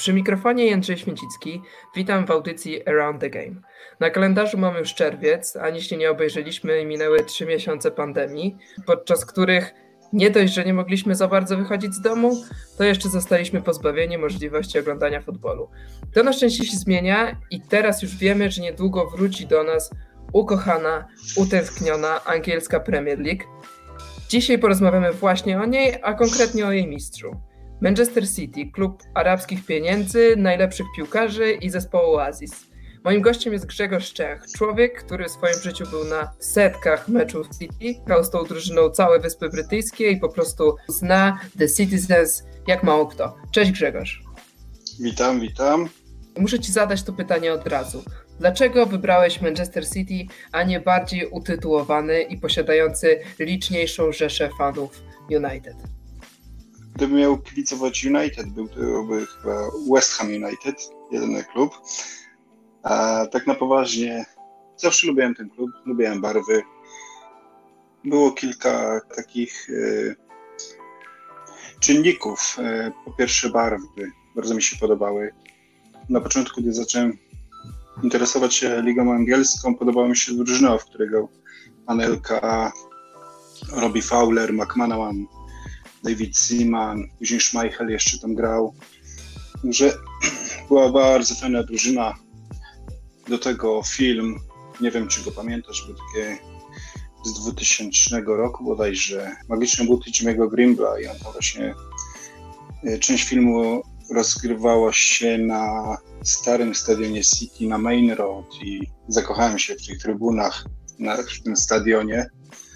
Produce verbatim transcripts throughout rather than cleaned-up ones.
Przy mikrofonie Jędrzej Święcicki, witam w audycji Around the Game. Na kalendarzu mamy już czerwiec, a jeśli nie obejrzeliśmy, minęły trzy miesiące pandemii, podczas których nie dość, że nie mogliśmy za bardzo wychodzić z domu, to jeszcze zostaliśmy pozbawieni możliwości oglądania futbolu. To na szczęście się zmienia i teraz już wiemy, że niedługo wróci do nas ukochana, utęskniona angielska Premier League. Dzisiaj porozmawiamy właśnie o niej, a konkretnie o jej mistrzu. Manchester City, klub arabskich pieniędzy, najlepszych piłkarzy i zespołu Oasis. Moim gościem jest Grzegorz Szczęch, człowiek, który w swoim życiu był na setkach meczów City, grał z tą drużyną całe Wyspy Brytyjskie i po prostu zna The Citizens jak mało kto. Cześć Grzegorz. Witam, witam. Muszę Ci zadać to pytanie od razu. Dlaczego wybrałeś Manchester City, a nie bardziej utytułowany i posiadający liczniejszą rzeszę fanów United? Gdybym miał kibicować United, był to by chyba West Ham United, jedyny klub. A tak na poważnie, zawsze lubiłem ten klub, lubiłem barwy. Było kilka takich e, czynników. E, po pierwsze barwy, bardzo mi się podobały. Na początku, gdy zacząłem interesować się ligą angielską, podobała mi się drużyna, w której grał Anelka, Robbie Fowler, McManaman, David Seaman, później Schmeichel jeszcze tam grał. Także była bardzo fajna drużyna. Do tego film, nie wiem czy go pamiętasz, był takie z dwutysięcznego roku bodajże, Magiczne buty Jimmy'ego Grimbla i on tam właśnie, część filmu rozgrywała się na starym stadionie City na Main Road i zakochałem się w tych trybunach na, w tym stadionie.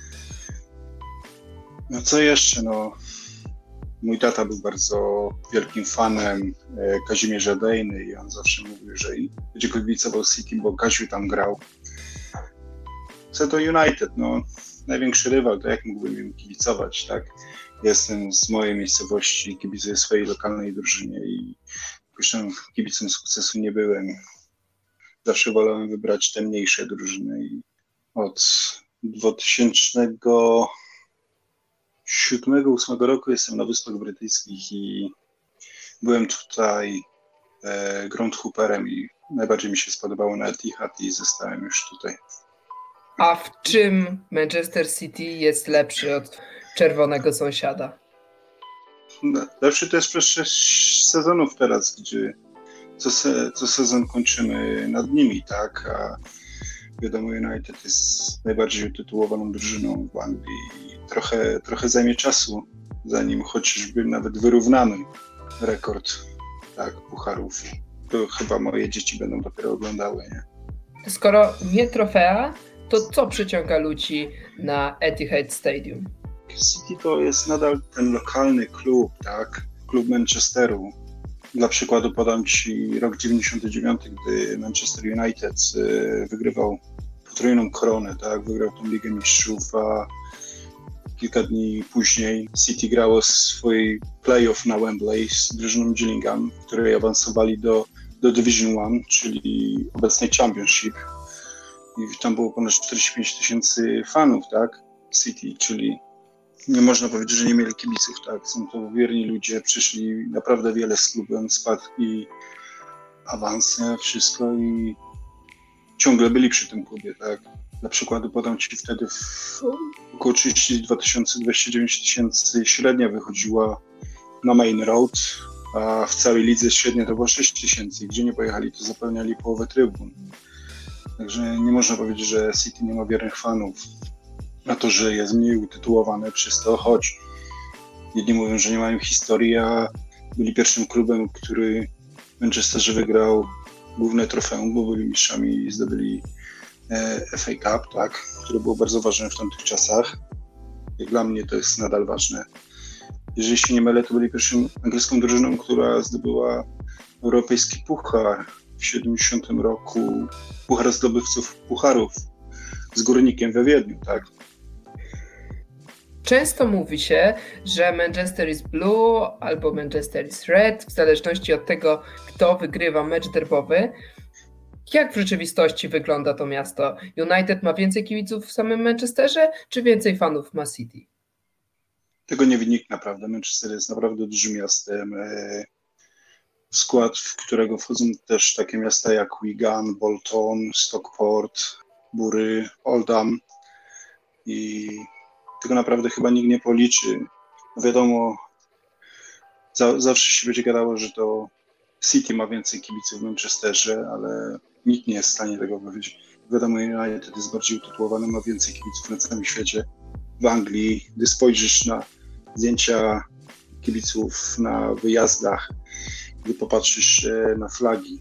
No co jeszcze, no mój tata był bardzo wielkim fanem e, Kazimierza Dejny i on zawsze mówił, że będzie kibicował City, bo Kaziu tam grał. Co do United, no największy rywal, to jak mógłbym im kibicować, tak? Jestem z mojej miejscowości, kibicuję swojej lokalnej drużynie i zresztą kibicem sukcesu nie byłem. Zawsze wolałem wybrać te mniejsze drużyny i od dwutysięcznego siódmego ósmego roku jestem na Wyspach Brytyjskich i byłem tutaj e, groundhopperem i najbardziej mi się spodobało na Etihad i zostałem już tutaj. A w czym Manchester City jest lepszy od czerwonego sąsiada? No, lepszy to jest przez sześć sezonów teraz, gdzie co, se, co sezon kończymy nad nimi, tak? A wiadomo, United jest najbardziej utytułowaną drużyną w Anglii i trochę, trochę zajmie czasu, zanim chociażby nawet wyrównamy rekord, tak, pucharów. To chyba moje dzieci będą dopiero oglądały, nie? Skoro nie trofea, to co przyciąga ludzi na Etihad Stadium? City to jest nadal ten lokalny klub, tak? Klub Manchesteru. Dla przykładu podam Ci rok dziewięćdziesiąty dziewiąty, gdy Manchester United y, wygrywał potrójną koronę, tak? Wygrał tą Ligę Mistrzów, a kilka dni później City grało swój playoff na Wembley z drużyną Gillingham, w której awansowali do, do Division One, czyli obecnej Championship. I tam było ponad czterdzieści pięć tysięcy fanów, tak? City, czyli nie można powiedzieć, że nie mieli kibiców, tak? Są to wierni ludzie, przyszli naprawdę wiele z klubem, spadki, awanse, wszystko i ciągle byli przy tym klubie, tak? Dla przykładu podam Ci wtedy w około trzydzieści dwa tysiące, dwadzieścia dziewięć tysięcy średnia wychodziła na Main Road, a w całej lidze średnia to było sześć tysięcy. Gdzie nie pojechali, to zapełniali połowę trybun. Także nie można powiedzieć, że City nie ma wiernych fanów. A to, że jest mniej utytułowane przez to, choć jedni mówią, że nie mają historii, a byli pierwszym klubem, który w Manchesterze wygrał główne trofeum, bo byli mistrzami i zdobyli e, F A Cup, tak, które było bardzo ważne w tamtych czasach. Jak dla mnie to jest nadal ważne. Jeżeli się nie mylę, to byli pierwszą angielską drużyną, która zdobyła europejski puchar w siedemdziesiątym roku, puchar zdobywców pucharów z Górnikiem we Wiedniu, tak. Często mówi się, że Manchester is blue albo Manchester is red, w zależności od tego, kto wygrywa mecz derbowy. Jak w rzeczywistości wygląda to miasto? United ma więcej kibiców w samym Manchesterze, czy więcej fanów ma City? Tego nie wie nikt naprawdę. Manchester jest naprawdę dużym miastem. skład, w którego wchodzą też takie miasta jak Wigan, Bolton, Stockport, Bury, Oldham i tego naprawdę chyba nikt nie policzy. No wiadomo, za, zawsze się będzie gadało, że to City ma więcej kibiców w Manchesterze, ale nikt nie jest w stanie tego powiedzieć. Wiadomo, United jest bardziej utytułowany, ma więcej kibiców na całym świecie. W Anglii, gdy spojrzysz na zdjęcia kibiców na wyjazdach, gdy popatrzysz na flagi,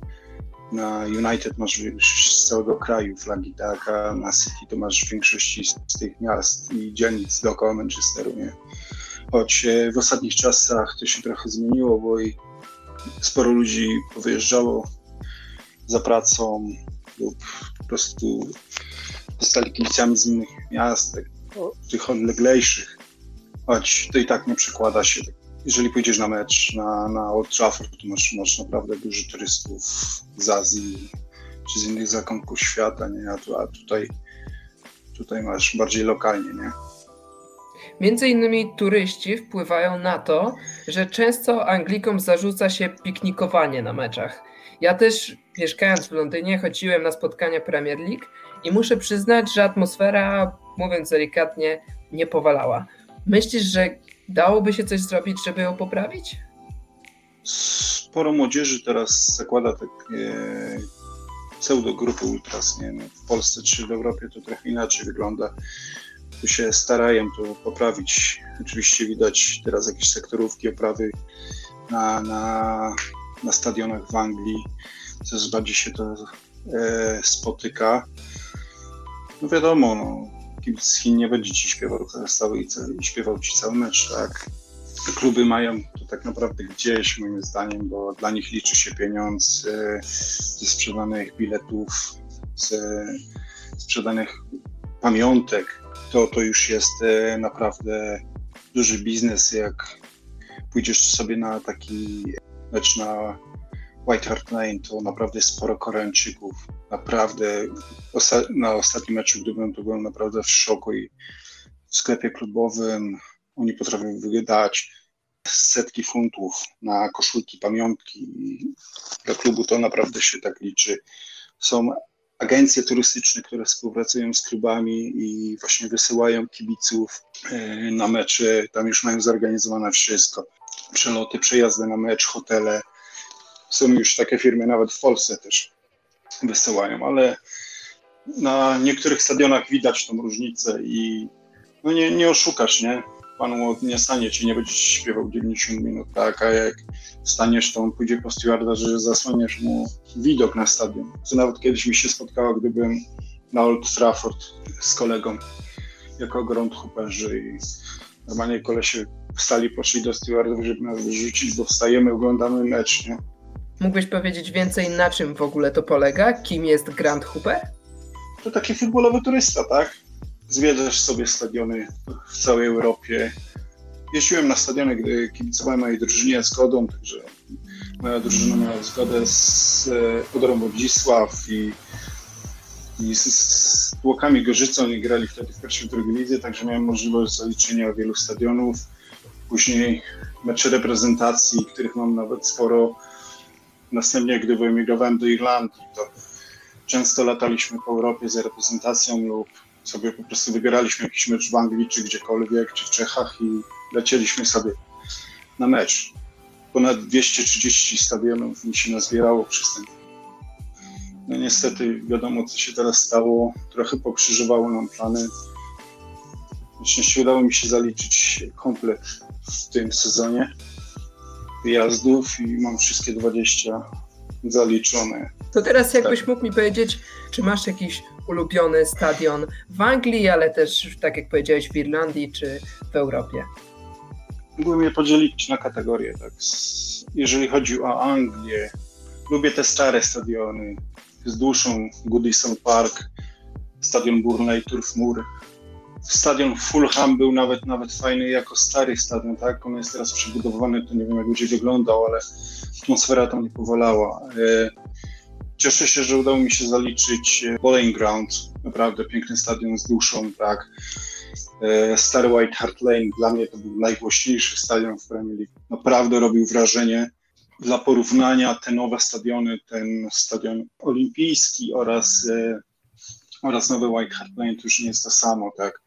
na United masz z całego kraju flagi, tak, a na City to masz w większości z tych miast i dzielnic dookoła Manchesteru, nie? Choć w ostatnich czasach to się trochę zmieniło, bo i sporo ludzi powyjeżdżało za pracą lub po prostu zostali kibicami z innych miast, tych odleglejszych, choć to i tak nie przekłada się. Jeżeli pójdziesz na mecz na, na Old Trafford, to masz, masz naprawdę dużo turystów z Azji czy z innych zakątków świata, nie? A, tu, a tutaj, tutaj masz bardziej lokalnie, nie? Między innymi turyści wpływają na to, że często Anglikom zarzuca się piknikowanie na meczach. Ja też, mieszkając w Londynie, chodziłem na spotkania Premier League i muszę przyznać, że atmosfera, mówiąc delikatnie, nie powalała. Myślisz, że dałoby się coś zrobić, żeby ją poprawić? Sporo młodzieży teraz zakłada takie pseudogrupy ultras, nie? No, w Polsce czy w Europie to trochę inaczej wygląda. Tu się starają to poprawić. Oczywiście widać teraz jakieś sektorówki, oprawy na, na, na stadionach w Anglii. Coraz bardziej się to e, spotyka. No wiadomo, no, kibic z Chin nie będzie ci śpiewał cały, i śpiewał ci cały mecz, tak? Kluby mają to tak naprawdę gdzieś, moim zdaniem, bo dla nich liczy się pieniądz e, ze sprzedanych biletów, ze sprzedanych pamiątek. To, to już jest e, naprawdę duży biznes, jak pójdziesz sobie na taki mecz na White Hart Lane, to naprawdę jest sporo Koreańczyków. Naprawdę osta- na ostatnim meczu, gdy byłem, to byłem naprawdę w szoku i w sklepie klubowym oni potrafią wydać setki funtów na koszulki, pamiątki i dla klubu to naprawdę się tak liczy. Są agencje turystyczne, które współpracują z klubami i właśnie wysyłają kibiców na mecze, tam już mają zorganizowane wszystko. Przeloty, przejazdy na mecz, hotele. Są już takie firmy, nawet w Polsce też wysyłają, ale na niektórych stadionach widać tą różnicę i no nie, nie oszukasz, nie? Panu nie stanie ci, nie będzie ci śpiewał dziewięćdziesiąt minut, tak? A jak staniesz, to on pójdzie po stewarda, że zasłaniasz mu widok na stadion. Co nawet kiedyś mi się spotkało, gdy byłem na Old Trafford z kolegą jako groundhopperzy i normalnie kolesie wstali, poszli do stewardów, żeby nas wyrzucić, bo wstajemy, oglądamy mecz, nie? Mógłbyś powiedzieć więcej, na czym w ogóle to polega? Kim jest groundhopper? To taki futbolowy turysta, tak? Zwiedzasz sobie stadiony w całej Europie. Jeździłem na stadiony, gdy kibicowałem mojej drużynie z Kodą, także moja drużyna miała zgodę z Odrą Wodzisław i, i z, z Tłokami Gorzyca. Oni grali wtedy w pierwszej, drugiej lidze, także miałem możliwość zaliczenia wielu stadionów. Później mecze reprezentacji, których mam nawet sporo. Następnie, gdy wyemigrowałem do Irlandii, to często lataliśmy po Europie z reprezentacją lub sobie po prostu wybieraliśmy jakiś mecz w Anglii, czy gdziekolwiek, czy w Czechach i lecieliśmy sobie na mecz. Ponad dwieście trzydzieści stadionów mi się nazbierało przez ten. No niestety wiadomo, co się teraz stało. Trochę pokrzyżowało nam plany. Na szczęście udało mi się zaliczyć komplet w tym sezonie wyjazdów i mam wszystkie dwadzieścia zaliczone. To teraz jakbyś mógł mi powiedzieć, czy masz jakiś ulubiony stadion w Anglii, ale też, tak jak powiedziałeś, w Irlandii czy w Europie? Mógłbym je podzielić na kategorie. Tak. Jeżeli chodzi o Anglię, lubię te stare stadiony z duszą, Goodison Park, stadion Burnley, Turf Moor. Stadion Fulham był nawet nawet fajny jako stary stadion, tak? On jest teraz przebudowany, to nie wiem jak będzie wyglądał, ale atmosfera tam nie powalała. Cieszę się, że udało mi się zaliczyć Bowling Ground, naprawdę piękny stadion z duszą, tak? Stary White Hart Lane, dla mnie to był najgłośniejszy stadion w Premier League. Naprawdę robił wrażenie. Dla porównania te nowe stadiony, ten stadion olimpijski oraz, e, oraz nowy White Hart Lane to już nie jest to samo, tak.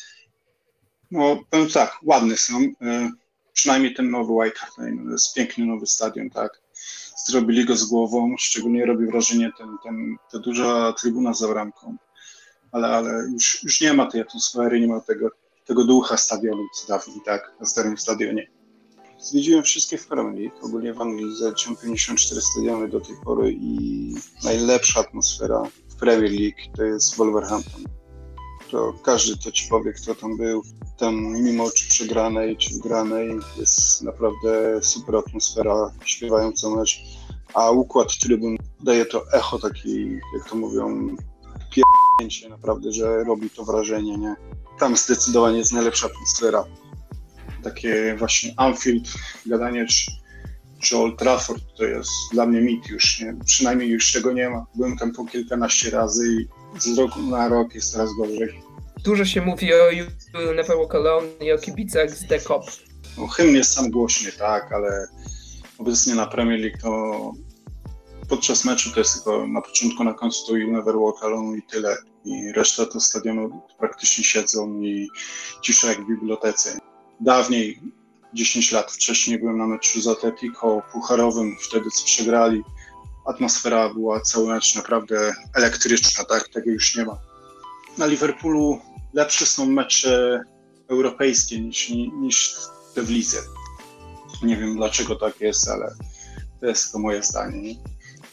No, powiem tak, ładne są. E, przynajmniej ten nowy White Hart Lane, to jest piękny nowy stadion, tak. Zrobili go z głową, szczególnie robi wrażenie ten, ten, ta duża trybuna za bramką. Ale, ale już, już nie ma tej atmosfery, nie ma tego, tego ducha stadionu, co dawniej, tak, na starym stadionie. Zwiedziłem wszystkie w Premier League, ogólnie w Anglii zaliczyłem pięćdziesiąt cztery stadiony do tej pory i najlepsza atmosfera w Premier League to jest Wolverhampton. To każdy to ci powie, kto tam był, tam mimo czy przegranej, czy wygranej jest naprawdę super atmosfera, śpiewają co mecz, a układ trybun daje to echo taki, jak to mówią, pierdolnięcie naprawdę, że robi to wrażenie, nie? Tam zdecydowanie jest najlepsza atmosfera. Takie właśnie Anfield, gadanie czy, czy Old Trafford to jest dla mnie mit już, nie? Przynajmniej już tego nie ma. Byłem tam po kilkanaście razy i z roku na rok jest coraz gorzej. Dużo się mówi o You Will Never Walk Alone i o kibicach z The Cop. No, hymn jest sam głośny, tak, ale obecnie na Premier League to podczas meczu to jest tylko na początku, na końcu to You Never Walk Alone i tyle. I reszta to stadionu praktycznie siedzą i cisza jak w bibliotece. Dawniej, dziesięć lat wcześniej byłem na meczu z Atletico pucharowym, wtedy co przegrali. Atmosfera była cały mecz naprawdę elektryczna, tak? Tego już nie ma. Na Liverpoolu lepsze są mecze europejskie niż, niż te w lidze. Nie wiem dlaczego tak jest, ale to jest tylko moje zdanie. Nie?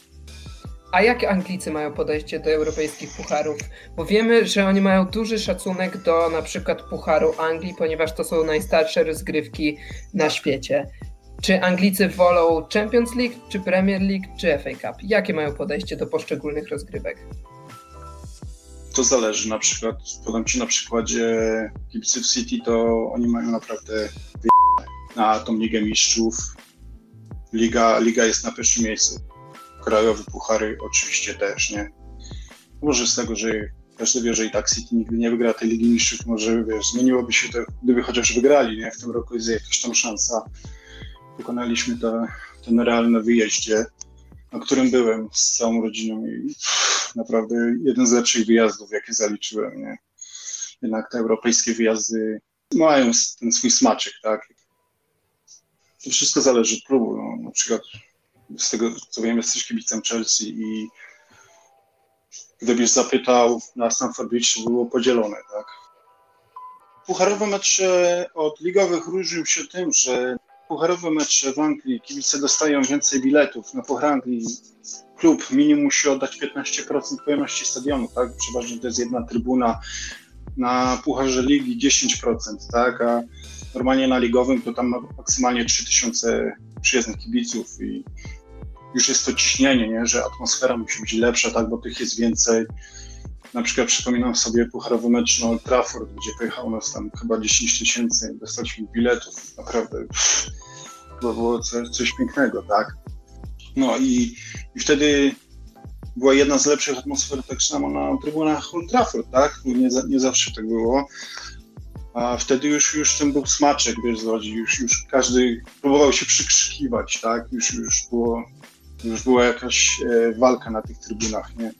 A jakie Anglicy mają podejście do europejskich pucharów? Bo wiemy, że oni mają duży szacunek do na przykład Pucharu Anglii, ponieważ to są najstarsze rozgrywki na świecie. Czy Anglicy wolą Champions League, czy Premier League, czy F A Cup? Jakie mają podejście do poszczególnych rozgrywek? To zależy. Na przykład, podam Ci na przykładzie kibiców City, to oni mają naprawdę wyjechane na tą Ligę Mistrzów. Liga, Liga jest na pierwszym miejscu. Krajowe puchary oczywiście też, nie? Może z tego, że każdy wie, że i tak City nigdy nie wygra tej Ligi Mistrzów, może wiesz, zmieniłoby się to, gdyby chociaż wygrali, nie? W tym roku jest jakaś tam szansa. Wykonaliśmy to, ten Real na wyjeździe, na którym byłem z całą rodziną i pff, naprawdę jeden z lepszych wyjazdów, jakie zaliczyłem, nie? Jednak te europejskie wyjazdy mają ten swój smaczek, tak? To wszystko zależy od klubu, no, na przykład z tego, co wiem, jesteś kibicem Chelsea i gdybyś zapytał na Stamford Bridge, to było podzielone, tak? Pucharowe mecze od ligowych różnią się tym, że pucharowe mecze w Anglii kibice dostają więcej biletów. Na Puchar Anglii klub minimum musi oddać piętnaście procent pojemności stadionu, tak? Przeważnie to jest jedna trybuna. Na Pucharze Ligi dziesięć procent, tak? A normalnie na ligowym to tam ma maksymalnie trzy tysiące przyjezdnych kibiców i już jest to ciśnienie, nie? Że atmosfera musi być lepsza, tak? Bo tych jest więcej. Na przykład przypominam sobie pucharowy mecz na Old Trafford, gdzie pojechało nas tam chyba dziesięć tysięcy, dostaliśmy biletów, naprawdę pff, to było coś, coś pięknego, tak? No i, i wtedy była jedna z lepszych atmosfer tak samo na trybunach Old Trafford, tak? Nie, nie zawsze tak było, a wtedy już, już ten był smaczek, wiesz, zgodzi, już, już każdy próbował się przykrzykiwać, tak? Już, już, było, już była jakaś e, walka na tych trybunach, nie?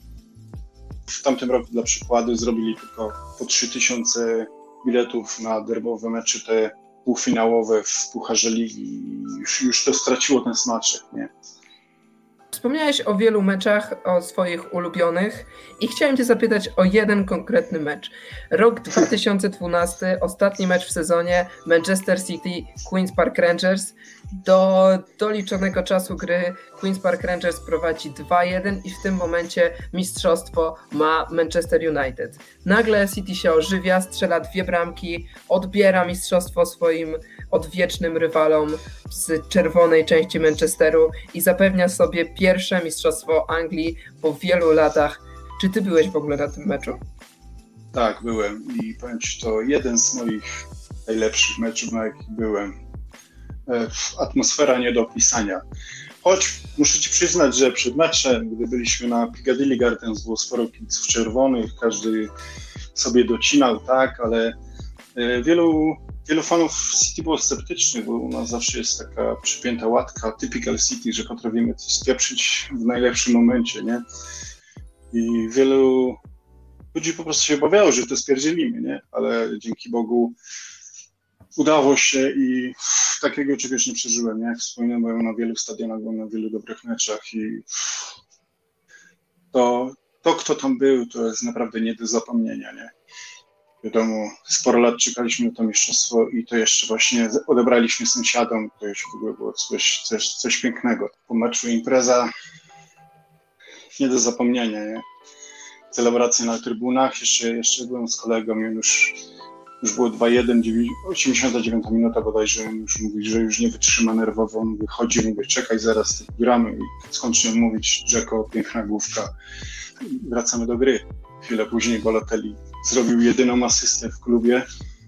W tamtym roku dla przykładu zrobili tylko po trzy tysiące biletów na derbowe mecze te półfinałowe w Pucharze Ligi i już, już to straciło ten smaczek, nie? Wspomniałeś o wielu meczach, o swoich ulubionych i chciałem Cię zapytać o jeden konkretny mecz. Rok dwa tysiące dwunasty, ostatni mecz w sezonie, Manchester City, Queen's Park Rangers. Do doliczonego czasu gry Queen's Park Rangers prowadzi dwa jeden i w tym momencie mistrzostwo ma Manchester United. Nagle City się ożywia, strzela dwie bramki, odbiera mistrzostwo swoim odwiecznym rywalom z czerwonej części Manchesteru i zapewnia sobie pierwsze mistrzostwo Anglii po wielu latach. Czy ty byłeś w ogóle na tym meczu? Tak, byłem i powiem Ci, to jeden z moich najlepszych meczów, na jakich byłem. Atmosfera nie do opisania. Choć muszę Ci przyznać, że przed meczem, gdy byliśmy na Piccadilly Gardens, było sporo kibiców czerwonych, każdy sobie docinał, tak, ale wielu wielu fanów City było sceptycznych, bo u nas zawsze jest taka przypięta łatka, typical City, że potrafimy coś spieprzyć w najlepszym momencie, nie? I wielu ludzi po prostu się obawiało, że to spierdzielimy, nie? Ale dzięki Bogu udało się i takiego czegoś nie przeżyłem, nie? Jak wspominam, byłem na wielu stadionach, byłem na wielu dobrych meczach i to, to kto tam był, to jest naprawdę nie do zapomnienia, nie? Wiadomo, sporo lat czekaliśmy na to mistrzostwo i to jeszcze właśnie odebraliśmy sąsiadom, to już w ogóle było coś, coś, coś pięknego. Po meczu impreza nie do zapomnienia, nie? Celebracje na trybunach, jeszcze, jeszcze byłem z kolegą, już, już było dwa jeden, osiemdziesiąta dziewiąta minuta bodajże, on już mówi, że już nie wytrzyma nerwowo, on wychodzi, mówię, czekaj, zaraz gramy i skończyłem mówić, Dzeko, piękna główka, wracamy do gry. Chwilę później Balotelli zrobił jedyną asystę w klubie,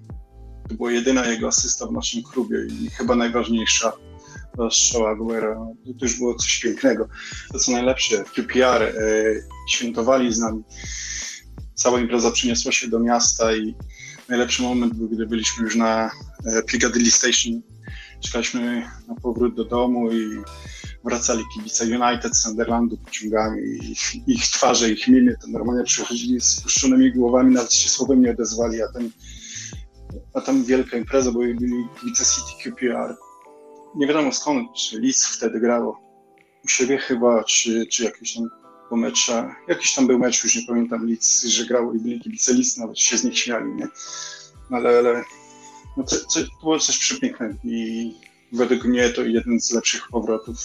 to była jedyna jego asysta w naszym klubie i chyba najważniejsza. Strzała Aguero, to już było coś pięknego. To co najlepsze, w Q P R e, świętowali z nami. Cała impreza przyniosła się do miasta i najlepszy moment był, gdy byliśmy już na e, Piccadilly Station. Czekaliśmy na powrót do domu i wracali kibice United, Sunderlandu pociągami i ich twarze, ich miny, to normalnie przychodzili z spuszczonymi głowami, nawet się słowem nie odezwali, a, ten, a tam wielka impreza, bo byli kibice City Q P R. Nie wiadomo skąd, czy Leeds wtedy grało u siebie chyba, czy, czy jakiś tam po mecza, jakiś tam był mecz, już nie pamiętam, Leeds, że grało i byli kibice Leeds, nawet się z nich śmiali, nie? Ale, ale no to, to było coś przepięknego i według mnie to jeden z lepszych powrotów.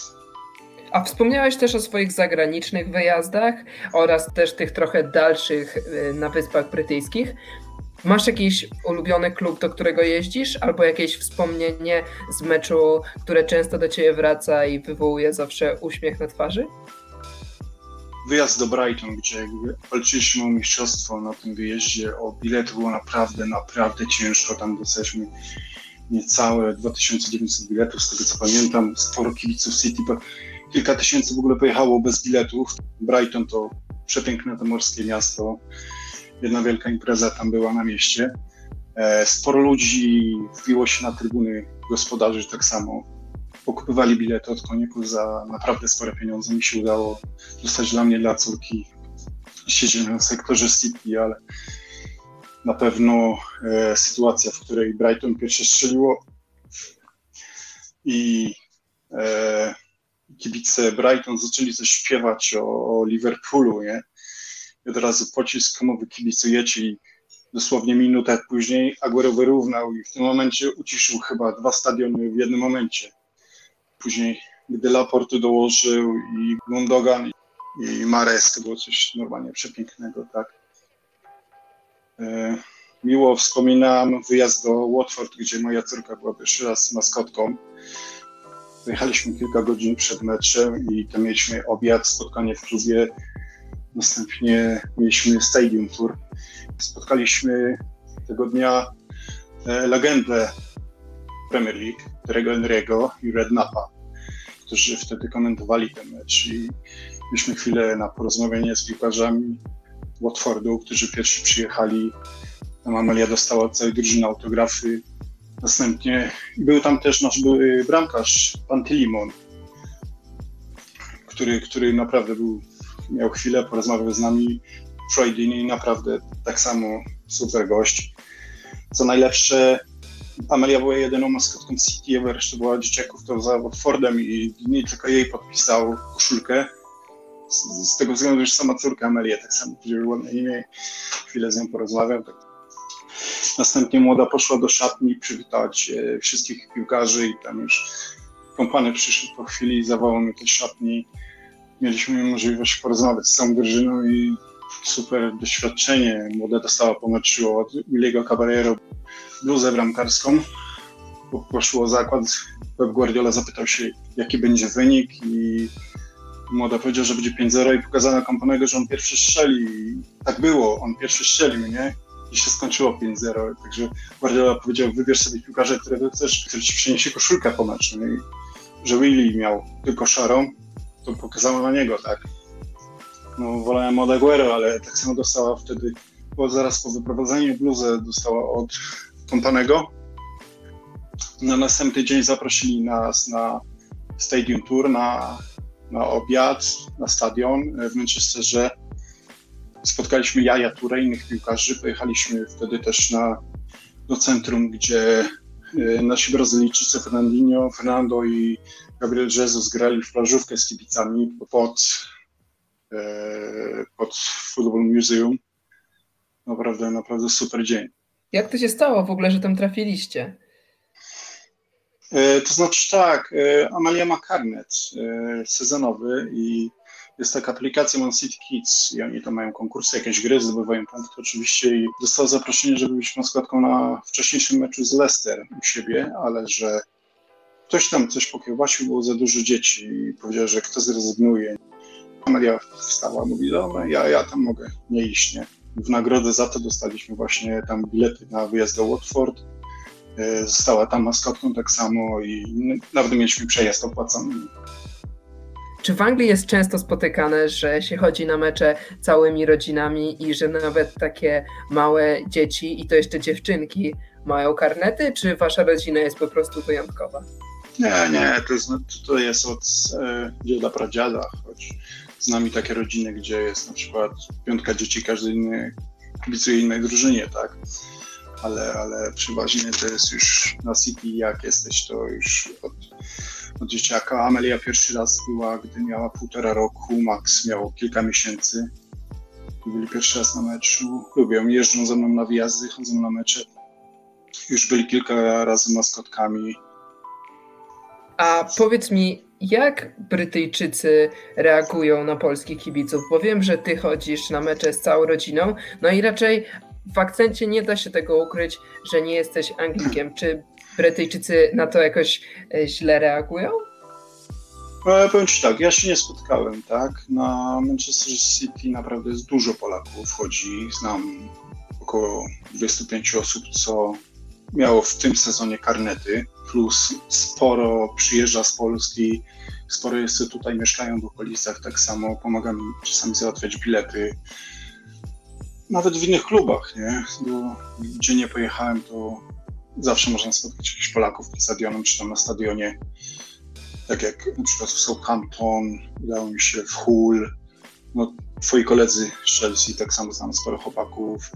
A wspomniałeś też o swoich zagranicznych wyjazdach oraz też tych trochę dalszych na Wyspach Brytyjskich. Masz jakiś ulubiony klub, do którego jeździsz, albo jakieś wspomnienie z meczu, które często do ciebie wraca i wywołuje zawsze uśmiech na twarzy? Wyjazd do Brighton, gdzie walczyliśmy o mistrzostwo na tym wyjeździe, o bilety było naprawdę, naprawdę ciężko. Tam dostaliśmy niecałe dwa tysiące dziewięćset biletów, z tego co pamiętam. Sporo kibiców City, bo kilka tysięcy w ogóle pojechało bez biletów. Brighton to przepiękne to morskie miasto. Jedna wielka impreza tam była na mieście. Sporo ludzi wbiło się na trybuny, gospodarzy tak samo. Pokupywali bilety od koników za naprawdę spore pieniądze. Mi się udało dostać dla mnie, dla córki. Siedziałem w sektorze City, ale na pewno e, sytuacja, w której Brighton pierwsze strzeliło i e, kibice Brighton zaczęli coś śpiewać o, o Liverpoolu, nie? I od razu pocisk, komu wy kibicujecie i dosłownie minutę później Aguero wyrównał i w tym momencie uciszył chyba dwa stadiony w jednym momencie. Później, gdy Laporte dołożył i Gundogan i Mahrez, to było coś normalnie przepięknego, tak. E, miło wspominam wyjazd do Watford, gdzie moja córka była pierwszy raz maskotką. Wyjechaliśmy kilka godzin przed meczem i tam mieliśmy obiad, spotkanie w klubie. Następnie mieliśmy Stadium Tour. Spotkaliśmy tego dnia e, legendę Premier League, Terry'ego Henry'ego i Redknappa, którzy wtedy komentowali ten mecz i mieliśmy chwilę na porozmawianie z piłkarzami Watfordu, którzy pierwsi przyjechali. Tam Amelia dostała od całej drużyny autografy. Następnie był tam też nasz były bramkarz, pan Tilimon, który, który naprawdę był, miał chwilę, porozmawiał z nami. Troy Deeney, naprawdę tak samo super gość. Co najlepsze, Amelia była jedyną maskotką City, a reszta była dzieciaków to za Watfordem i Deeney tylko jej podpisał koszulkę. Z, z tego względu, że sama córka Amelia tak samo wzięła na imię, chwilę z nią porozmawiał. Tak. Następnie młoda poszła do szatni przywitać e, wszystkich piłkarzy i tam już kompany przyszedł po chwili i zawołał mnie do szatni. Mieliśmy możliwość porozmawiać z całą drużyną i super doświadczenie. Młoda dostała po meczu od Williego Caballero bluzę bramkarską. Poszło o zakład. Pep Guardiola zapytał się, jaki będzie wynik i młoda powiedział, że będzie pięć zero i pokazano Kompanego, że on pierwszy strzeli. I tak było, on pierwszy strzelił, nie? I się skończyło pięć zero. Także Guardiola powiedział, wybierz sobie piłkarza, którego chcesz, który ci przyniesie koszulkę po meczu. No i że Willy miał tylko szarą, to pokazało na niego, tak. No wolałem od Aguero, ale tak samo dostała wtedy, bo zaraz po wyprowadzeniu bluzę dostała od Kompanego Na następny dzień zaprosili nas na Stadium Tour, na, na obiad, na stadion w Manchesterze. Spotkaliśmy Yaya Touré, innych piłkarzy. Pojechaliśmy wtedy też na, do centrum, gdzie nasi Brazylijczycy Fernandinho, Fernando i Gabriel Jesus grali w plażówkę z kibicami pod, pod Football Museum. Naprawdę, naprawdę super dzień. Jak to się stało w ogóle, że tam trafiliście? To znaczy tak, Amelia ma karnet sezonowy i jest taka aplikacja Man City Kids i oni tam mają konkursy, jakieś gry, zdobywają punkty oczywiście i dostała zaproszenie, żeby być maskotką na wcześniejszym meczu z Leicester u siebie, ale że ktoś tam coś pokiełbasił, było za dużo dzieci i powiedział, że kto zrezygnuje. Amelia wstała, mówi, dobra, ja, ja tam mogę nie iść, nie? W nagrodę za to dostaliśmy właśnie tam bilety na wyjazd do Watford. Została tam maskotką tak samo i nawet mieliśmy przejazd opłacony. Czy w Anglii jest często spotykane, że się chodzi na mecze całymi rodzinami i że nawet takie małe dzieci i to jeszcze dziewczynki mają karnety, czy wasza rodzina jest po prostu wyjątkowa? Nie, nie, to jest, to jest od e, dziada, pradziada, choć z nami takie rodziny, gdzie jest na przykład piątka dzieci, każdy inny kibicuje innej drużynie, tak? Ale, ale przeważnie to jest już na City, jak jesteś, to już od, od dzieciaka. Amelia pierwszy raz była, gdy miała półtora roku, Max miał kilka miesięcy. Byli pierwszy raz na meczu. Lubią, jeżdżą ze mną na wyjazdy, chodzą na mecze. Już byli kilka razy maskotkami. A powiedz mi, jak Brytyjczycy reagują na polskich kibiców? Bo wiem, że ty chodzisz na mecze z całą rodziną, no i raczej w akcencie nie da się tego ukryć, że nie jesteś Anglikiem. Czy Brytyjczycy na to jakoś źle reagują? No, powiem ci tak, ja się nie spotkałem, tak? Na Manchester City naprawdę jest dużo Polaków, chodzi, znam około dwadzieścia pięć osób, co miało w tym sezonie karnety, plus sporo przyjeżdża z Polski, sporo jest tutaj, mieszkają w okolicach, tak samo pomagam czasami załatwiać bilety. Nawet w innych klubach, nie? Bo gdzie nie pojechałem, to zawsze można spotkać jakichś Polaków pod stadionem, czy tam na stadionie. Tak jak na przykład w Southampton, udało mi się w Hull. No, twoi koledzy z Chelsea, tak samo znam sporo chłopaków.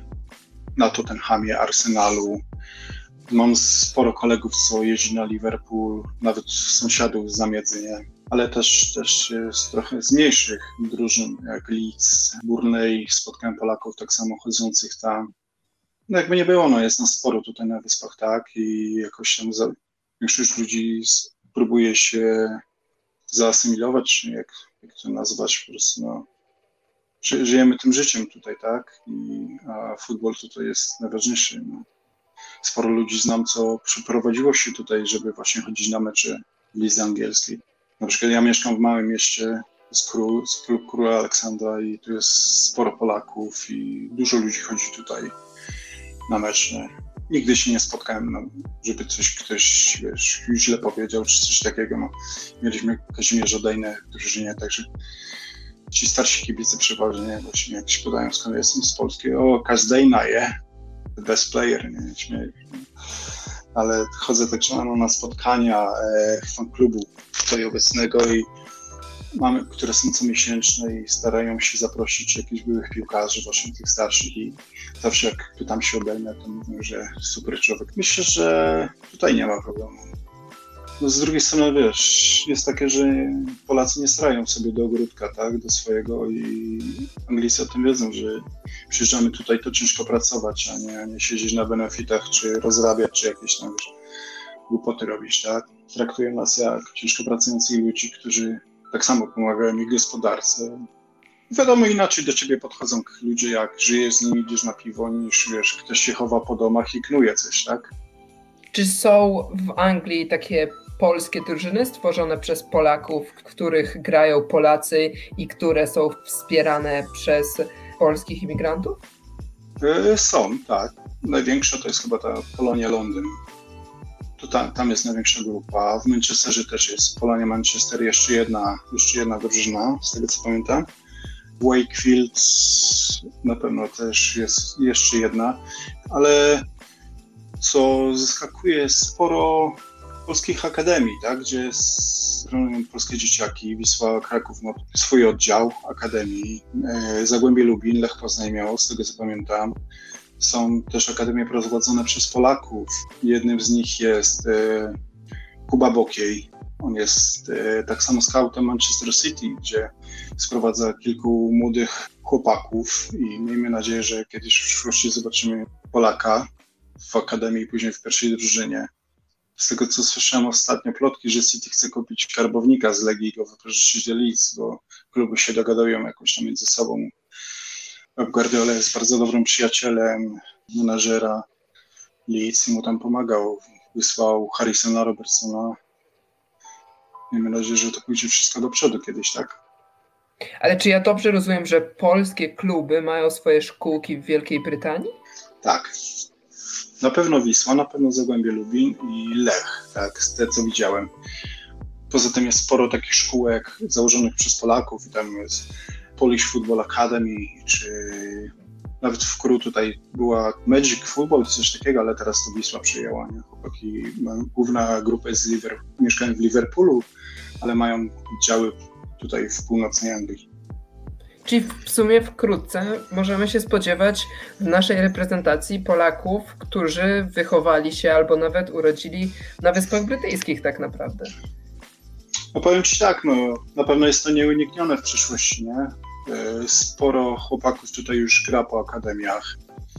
Na Tottenhamie, Arsenalu. Mam sporo kolegów, co jeździ na Liverpool, nawet sąsiadów z zamiedzy, nie? Ale też, też jest trochę z mniejszych drużyn, jak Leeds, Burnley, spotkałem Polaków tak samo chodzących tam. No jakby nie było, no jest nas sporo tutaj na Wyspach, tak? I jakoś tam za, większość ludzi próbuje się zaasymilować, czy jak, jak to nazwać, po prostu no, żyjemy tym życiem tutaj, tak? I, a futbol tutaj jest najważniejszy. No. Sporo ludzi znam, co przeprowadziło się tutaj, żeby właśnie chodzić na mecze w lidze angielskiej. Na przykład ja mieszkam w małym mieście z Król, z Króla Aleksandra i tu jest sporo Polaków i dużo ludzi chodzi tutaj na mecze. Nigdy się nie spotkałem, no, żeby coś ktoś, wiesz, źle powiedział, czy coś takiego. No, mieliśmy Kazimierza Dejnę w drużynie, także ci starsi kibice przeważnie właśnie jak się podają, skąd jestem z Polski, o, Kazdejna, je, the best player, nie, śmieję. Ale chodzę tak rano na spotkania e, fan-klubu tutaj obecnego i mamy, które są comiesięczne i starają się zaprosić jakichś byłych piłkarzy, właśnie tych starszych i zawsze jak pytam się o Dejnę, to mówią, że super człowiek. Myślę, że tutaj nie ma problemu. No z drugiej strony, wiesz, jest takie, że Polacy nie strają sobie do ogródka, tak, do swojego i Anglicy o tym wiedzą, że przyjeżdżamy tutaj, to ciężko pracować, a nie, a nie siedzieć na benefitach, czy rozrabiać, czy jakieś tam, wiesz, głupoty robić, tak. Traktują nas jak ciężko pracujących ludzi, którzy tak samo pomagają i gospodarce. Wiadomo, inaczej do ciebie podchodzą ludzie, jak żyjesz z nimi, idziesz na piwo, niż, wiesz, ktoś się chowa po domach i knuje coś, tak. Czy są w Anglii takie polskie drużyny stworzone przez Polaków, w których grają Polacy i które są wspierane przez polskich imigrantów? Yy, są, tak. Największa to jest chyba ta Polonia Londyn. To tam, tam jest największa grupa. W Manchesterze też jest Polonia Manchester, jeszcze jedna, jeszcze jedna drużyna, z tego co pamiętam. W Wakefield na pewno też jest jeszcze jedna, ale co zaskakuje, sporo polskich akademii, tak, gdzie trenują polskie dzieciaki. Wisła Kraków ma swój oddział akademii, Zagłębie Lubin, Lech Poznań miało, z tego co pamiętam. Są też akademie prowadzone przez Polaków. Jednym z nich jest Kuba Bokiej. On jest tak samo scoutem Manchester City, gdzie sprowadza kilku młodych chłopaków i miejmy nadzieję, że kiedyś w przyszłości zobaczymy Polaka w akademii i później w pierwszej drużynie. Z tego co słyszałem ostatnio plotki, że City chce kupić Karbownika z Legii i go wypożyczyć do Leeds, bo kluby się dogadają jakoś tam między sobą. Pep Guardiola jest bardzo dobrym przyjacielem menadżera Leeds i mu tam pomagał. Wysłał Harrisona Robertsona. Miejmy nadzieję, że to pójdzie wszystko do przodu kiedyś, tak? Ale czy ja dobrze rozumiem, że polskie kluby mają swoje szkółki w Wielkiej Brytanii? Tak. Na pewno Wisła, na pewno Zagłębie Lubin i Lech, tak, z tego co widziałem. Poza tym jest sporo takich szkółek założonych przez Polaków i tam jest Polish Football Academy, czy nawet w Kru tutaj była Magic Football, coś takiego, ale teraz to Wisła przyjęła, nie? Chłopaki, główna grupa jest z Liver- mieszkają w Liverpoolu, ale mają oddziały tutaj w północnej Anglii. Czyli w sumie wkrótce możemy się spodziewać w naszej reprezentacji Polaków, którzy wychowali się albo nawet urodzili na Wyspach Brytyjskich tak naprawdę. No powiem Ci tak, no na pewno jest to nieuniknione w przyszłości, nie? Sporo chłopaków tutaj już gra po akademiach,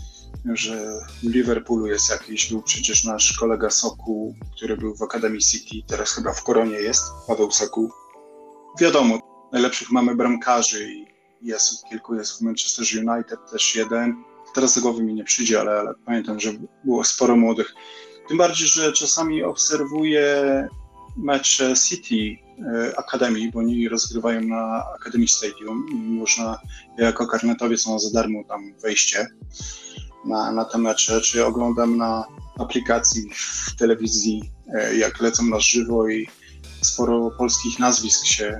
że w Liverpoolu jest jakiś, był przecież nasz kolega Sokół, który był w Akademii City, teraz chyba w Koronie jest, Paweł Sokół. Wiadomo, najlepszych mamy bramkarzy i jest kilku, jest w Manchester United też jeden. Teraz do głowy mi nie przyjdzie, ale, ale pamiętam, że było sporo młodych. Tym bardziej, że czasami obserwuję mecze City Akademii, bo oni rozgrywają na Academy Stadium i można, jako karnetowiec mam za darmo tam wejście na, na te mecze, czy oglądam na aplikacji w telewizji, jak lecą na żywo i sporo polskich nazwisk się,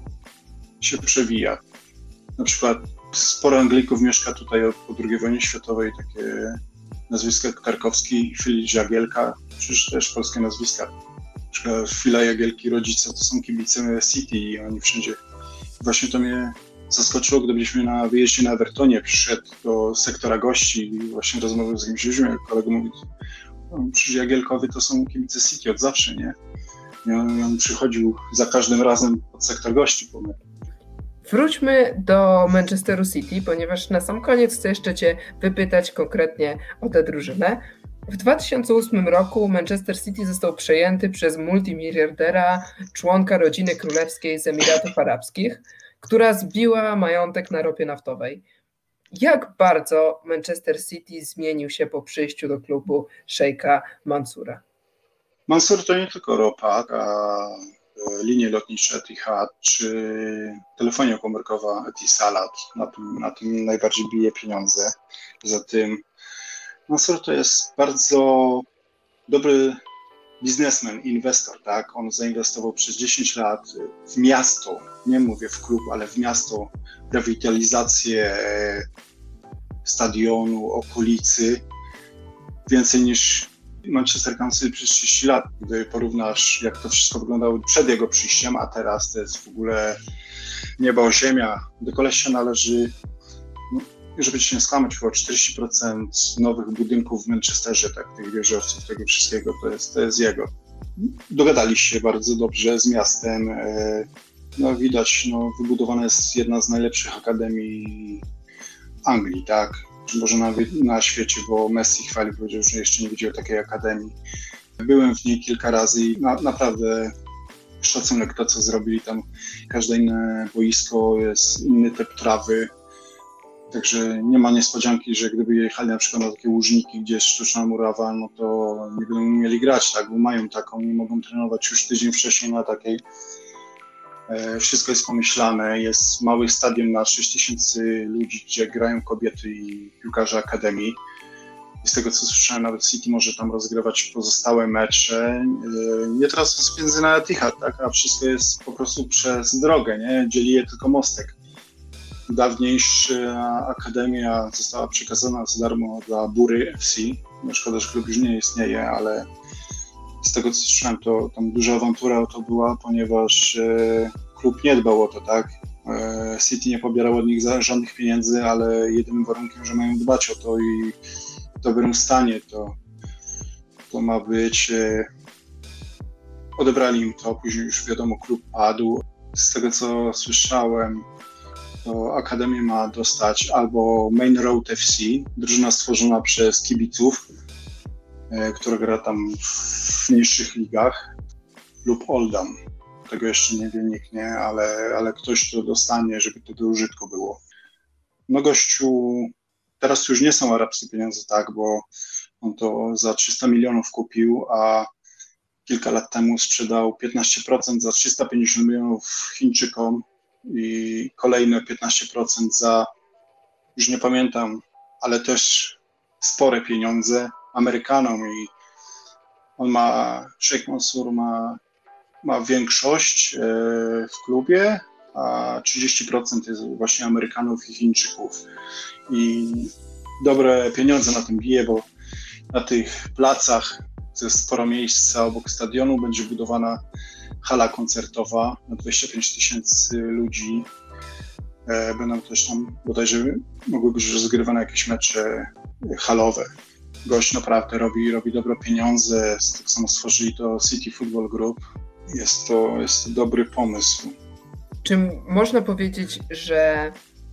się przewija. Na przykład sporo Anglików mieszka tutaj od po drugiej wojnie światowej, takie nazwiska jak Tarkowski, Filip Jagielka, przecież też polskie nazwiska. Na przykład Fila Jagielki, rodzice to są kibice City i oni wszędzie. Właśnie to mnie zaskoczyło, gdy byliśmy na wyjeździe na Evertonie, przyszedł do sektora gości i właśnie rozmawiał z jakimś ludźmi, kolega mówi, no, przecież Jagielkowie to są kibice City od zawsze, nie? I on, on przychodził za każdym razem pod sektor gości. Bo Wróćmy do Manchesteru City, ponieważ na sam koniec chcę jeszcze Cię wypytać konkretnie o tę drużynę. W dwa tysiące ósmym roku Manchester City został przejęty przez multimiliardera, członka rodziny królewskiej z Emiratów Arabskich, która zbiła majątek na ropie naftowej. Jak bardzo Manchester City zmienił się po przyjściu do klubu szejka Mansura? Mansur to nie tylko ropa, a linie lotnicze Etihad czy telefonia komórkowa Etisalat. Na tym, na tym najbardziej bije pieniądze. Poza tym Mansur to jest bardzo dobry biznesmen, inwestor, tak? On zainwestował przez dziesięć lat w miasto, nie mówię w klub, ale w miasto, rewitalizację stadionu, okolicy, więcej niż Manchester Council przez trzydzieści lat, gdy porównasz, jak to wszystko wyglądało przed jego przyjściem, a teraz to jest w ogóle niebo, ziemia. Do kolesia należy, no, żeby się nie skłamać, około czterdzieści procent nowych budynków w Manchesterze, tak, tych wieżowców, tego wszystkiego, to jest, to jest jego. Dogadali się bardzo dobrze z miastem. No widać, no, wybudowana jest jedna z najlepszych akademii Anglii, tak? Może nawet na świecie, bo Messi chwalił, powiedział, że jeszcze nie widział takiej akademii. Byłem w niej kilka razy i na, naprawdę szacunek to, co zrobili tam. Każde inne boisko jest inny typ trawy, także nie ma niespodzianki, że gdyby jechali na przykład na takie łużniki, gdzie jest sztuczna murawa, no to nie będą mieli grać, tak, bo mają taką, nie mogą trenować już tydzień wcześniej na takiej. Wszystko jest pomyślane, jest mały stadion na sześć tysięcy ludzi, gdzie grają kobiety i piłkarze akademii. I z tego co słyszałem, nawet City może tam rozgrywać pozostałe mecze. Nie teraz jest między na Etihad, tak? A wszystko jest po prostu przez drogę, nie? Dzieli je tylko mostek. dawniejsza akademia została przekazana za darmo dla Bury F C. No szkoda, że klub już nie istnieje, ale z tego co słyszałem, to tam duża awantura to była, ponieważ e, klub nie dbał o to, tak? E, City nie pobierał od nich za, żadnych pieniędzy, ale jedynym warunkiem, że mają dbać o to i w dobrym stanie to, to ma być. E, odebrali im to, później już wiadomo, klub padł. Z tego co słyszałem, to Akademię ma dostać albo Main Road F C, drużyna stworzona przez kibiców, e, która gra tam w niższych ligach, lub Oldham. Tego jeszcze nie wie nikt, nie? Ale, ale ktoś to dostanie, żeby to do użytku było. No gościu, teraz to już nie są arabskie pieniądze, tak, bo on to za trzysta milionów kupił, a kilka lat temu sprzedał piętnaście procent za trzysta pięćdziesiąt milionów Chińczykom i kolejne piętnaście procent za, już nie pamiętam, ale też spore pieniądze Amerykanom i on ma, Sheikh Mansour ma, ma większość w klubie, a trzydzieści procent jest właśnie Amerykanów i Chińczyków. I dobre pieniądze na tym bije, bo na tych placach jest sporo miejsca obok stadionu, będzie budowana hala koncertowa na dwadzieścia pięć tysięcy ludzi. Będą też tam bodajże mogły być rozgrywane jakieś mecze halowe. Gość naprawdę robi, robi dobre pieniądze, tak samo stworzyli to City Football Group. Jest to, jest to dobry pomysł. Czy można powiedzieć, że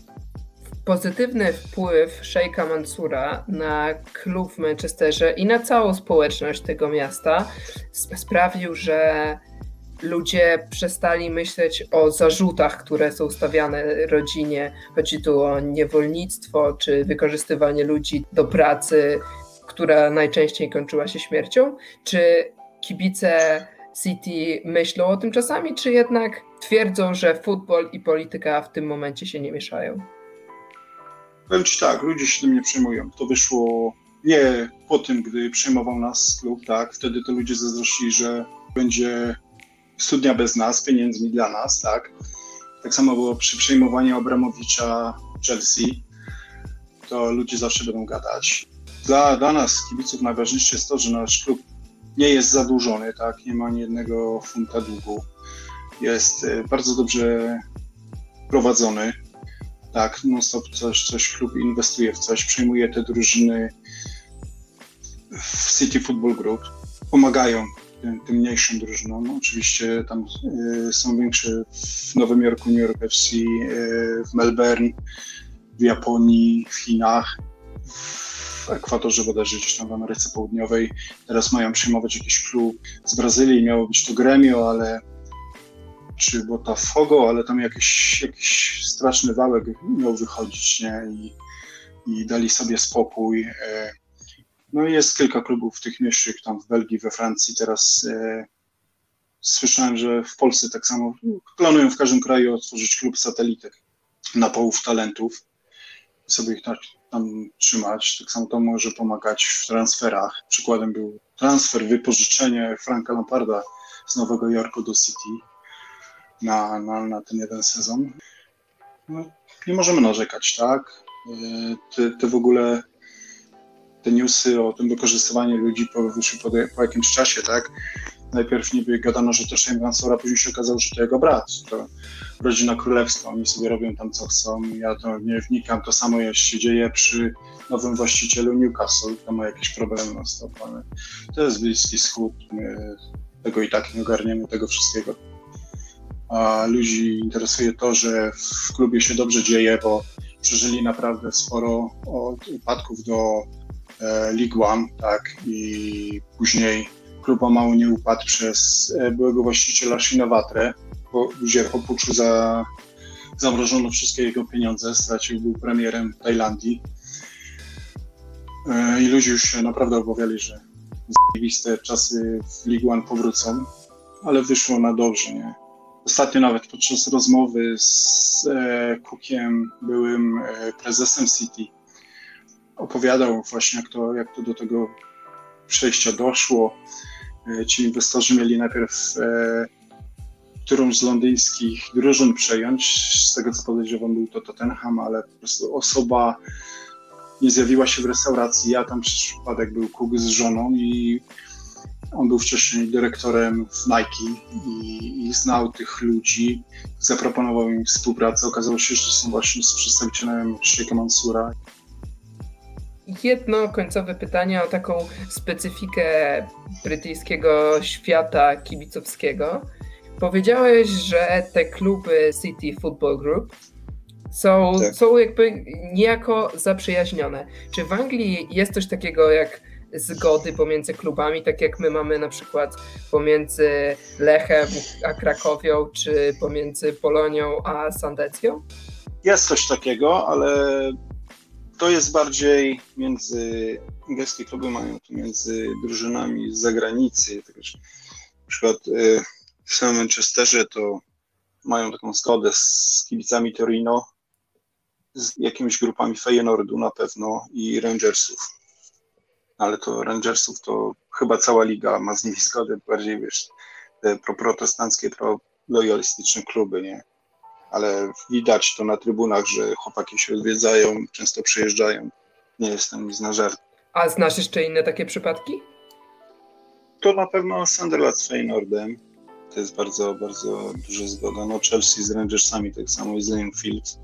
pozytywny wpływ Sheikha Mansoura na klub w Manchesterze i na całą społeczność tego miasta sprawił, że ludzie przestali myśleć o zarzutach, które są stawiane rodzinie. Chodzi tu o niewolnictwo czy wykorzystywanie ludzi do pracy, która najczęściej kończyła się śmiercią? Czy kibice City myślą o tym czasami, czy jednak twierdzą, że futbol i polityka w tym momencie się nie mieszają? Powiem Ci tak, ludzie się tym nie przejmują. To wyszło nie po tym, gdy przejmował nas klub, tak? Wtedy to ludzie zazdrościli, że będzie studnia bez nas, pieniędzmi dla nas, tak? Tak samo było przy przejmowaniu Abramowicza Chelsea. To ludzie zawsze będą gadać. Dla, dla nas, kibiców, najważniejsze jest to, że nasz klub nie jest zadłużony, tak? Nie ma ani jednego funta długu. Jest bardzo dobrze prowadzony. Tak, non-stop coś, coś klub inwestuje w coś, przejmuje te drużyny w City Football Group, pomagają tym, tym mniejszym drużynom. Oczywiście tam y, są większe w Nowym Jorku, New York F C, y, w Melbourne, w Japonii, w Chinach, w Ekwadorze bodajże gdzieś tam w Ameryce Południowej. Teraz mają przejmować jakiś klub z Brazylii, miało być to Gremio, ale czy Botafogo, ale tam jakiś, jakiś straszny wałek miał wychodzić, nie? I, i dali sobie spokój. No i jest kilka klubów tych mniejszych, tam w Belgii, we Francji. Teraz e, słyszałem, że w Polsce tak samo planują w każdym kraju otworzyć klub satelitek na połów talentów i sobie ich tam, tam trzymać. Tak samo to może pomagać w transferach. Przykładem był transfer, wypożyczenie Franka Lamparda z Nowego Jorku do City. Na, na, na ten jeden sezon. No, nie możemy narzekać, tak? Te, te w ogóle te newsy o tym wykorzystywaniu ludzi wyszły po, po jakimś czasie, tak? Najpierw niby gadano, że to Sheikh Mansour, a później się okazało, że to jego brat, to rodzina królewska, oni sobie robią tam co chcą, ja to nie wnikam, to samo się dzieje przy nowym właścicielu Newcastle, tam ma jakieś problemy na stop, ale to jest Bliski Wschód, my tego i tak nie ogarniemy, tego wszystkiego. A ludzi interesuje to, że w klubie się dobrze dzieje, bo przeżyli naprawdę sporo od upadków do e, League One, tak, i później klub mało nie upadł przez e, byłego właściciela Shinawatre, bo gdzie po puczu za, zamrożono wszystkie jego pieniądze, stracił, był premierem Tajlandii e, i ludzie już się naprawdę obawiali, że zajebiste czasy w League One powrócą, ale wyszło na dobrze, nie? Ostatnio nawet podczas rozmowy z e, Cookiem, byłym e, prezesem City, opowiadał właśnie, jak to, jak to do tego przejścia doszło. E, ci inwestorzy mieli najpierw e, którąś z londyńskich drużyn przejąć. Z tego co podejrzewam, był to Tottenham, ale po prostu osoba nie zjawiła się w restauracji. Ja tam przez przypadek był Cook z żoną i on był wcześniej dyrektorem w Nike i, i znał tych ludzi. Zaproponował im współpracę. Okazało się, że są właśnie z przedstawicielem Sheikha Mansura. Jedno końcowe pytanie o taką specyfikę brytyjskiego świata kibicowskiego. Powiedziałeś, że te kluby City Football Group są, tak. są jakby niejako zaprzyjaźnione. Czy w Anglii jest coś takiego jak zgody pomiędzy klubami, tak jak my mamy na przykład pomiędzy Lechem a Krakowią, czy pomiędzy Polonią a Sandecją? Jest coś takiego, ale to jest bardziej między, angielskie kluby mają to między drużynami z zagranicy. Na przykład w samym Manchesterze to mają taką zgodę z kibicami Torino, z jakimiś grupami Feyenoordu na pewno i Rangersów. Ale to Rangersów to chyba cała liga ma z nimi zgodę, bardziej wiesz, te proprotestanckie, prolojalistyczne kluby, nie? Ale widać to na trybunach, że chłopaki się odwiedzają, często przyjeżdżają. Nie jestem nic na żart. A znasz jeszcze inne takie przypadki? To na pewno Sunderland z Feyenoordem. To jest bardzo, bardzo duża zgoda. No Chelsea z Rangersami, tak samo i z Linfield.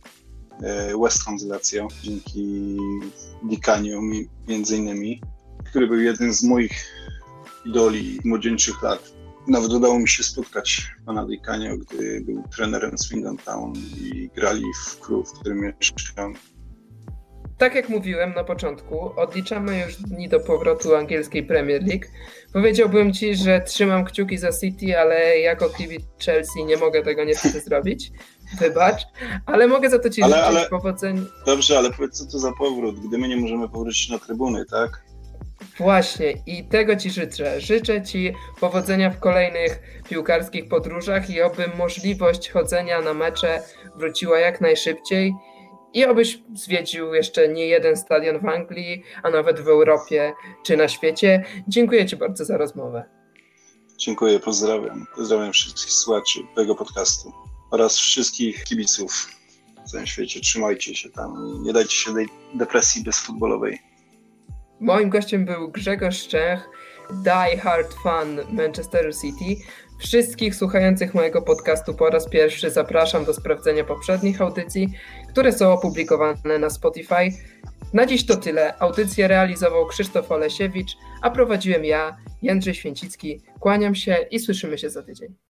West Ham z Lazio, dzięki Dicaniu między innymi, który był jeden z moich idoli młodzieńczych lat. Nawet udało mi się spotkać pana Dicanio, gdy był trenerem Swindon Town i grali w klubie, w którym mieszkam. Tak jak mówiłem na początku, odliczamy już dni do powrotu angielskiej Premier League. Powiedziałbym ci, że trzymam kciuki za City, ale jako kibic Chelsea nie mogę tego niestety zrobić. Wybacz, ale mogę za to ci ale, życzyć ale, powodzenia. Dobrze, ale powiedz, co to za powrót, gdy my nie możemy powrócić na trybuny, tak? Właśnie i tego ci życzę. Życzę ci powodzenia w kolejnych piłkarskich podróżach i oby możliwość chodzenia na mecze wróciła jak najszybciej i obyś zwiedził jeszcze nie jeden stadion w Anglii, a nawet w Europie czy na świecie. Dziękuję ci bardzo za rozmowę. Dziękuję, pozdrawiam. Pozdrawiam wszystkich słuchaczy tego podcastu oraz wszystkich kibiców w całym świecie. Trzymajcie się tam i nie dajcie się tej depresji bezfutbolowej. Moim gościem był Grzegorz Szczęch, Die Hard Fan Manchesteru City. Wszystkich słuchających mojego podcastu po raz pierwszy zapraszam do sprawdzenia poprzednich audycji, które są opublikowane na Spotify. Na dziś to tyle. Audycję realizował Krzysztof Olesiewicz, a prowadziłem ja, Jędrzej Święcicki. Kłaniam się i słyszymy się za tydzień.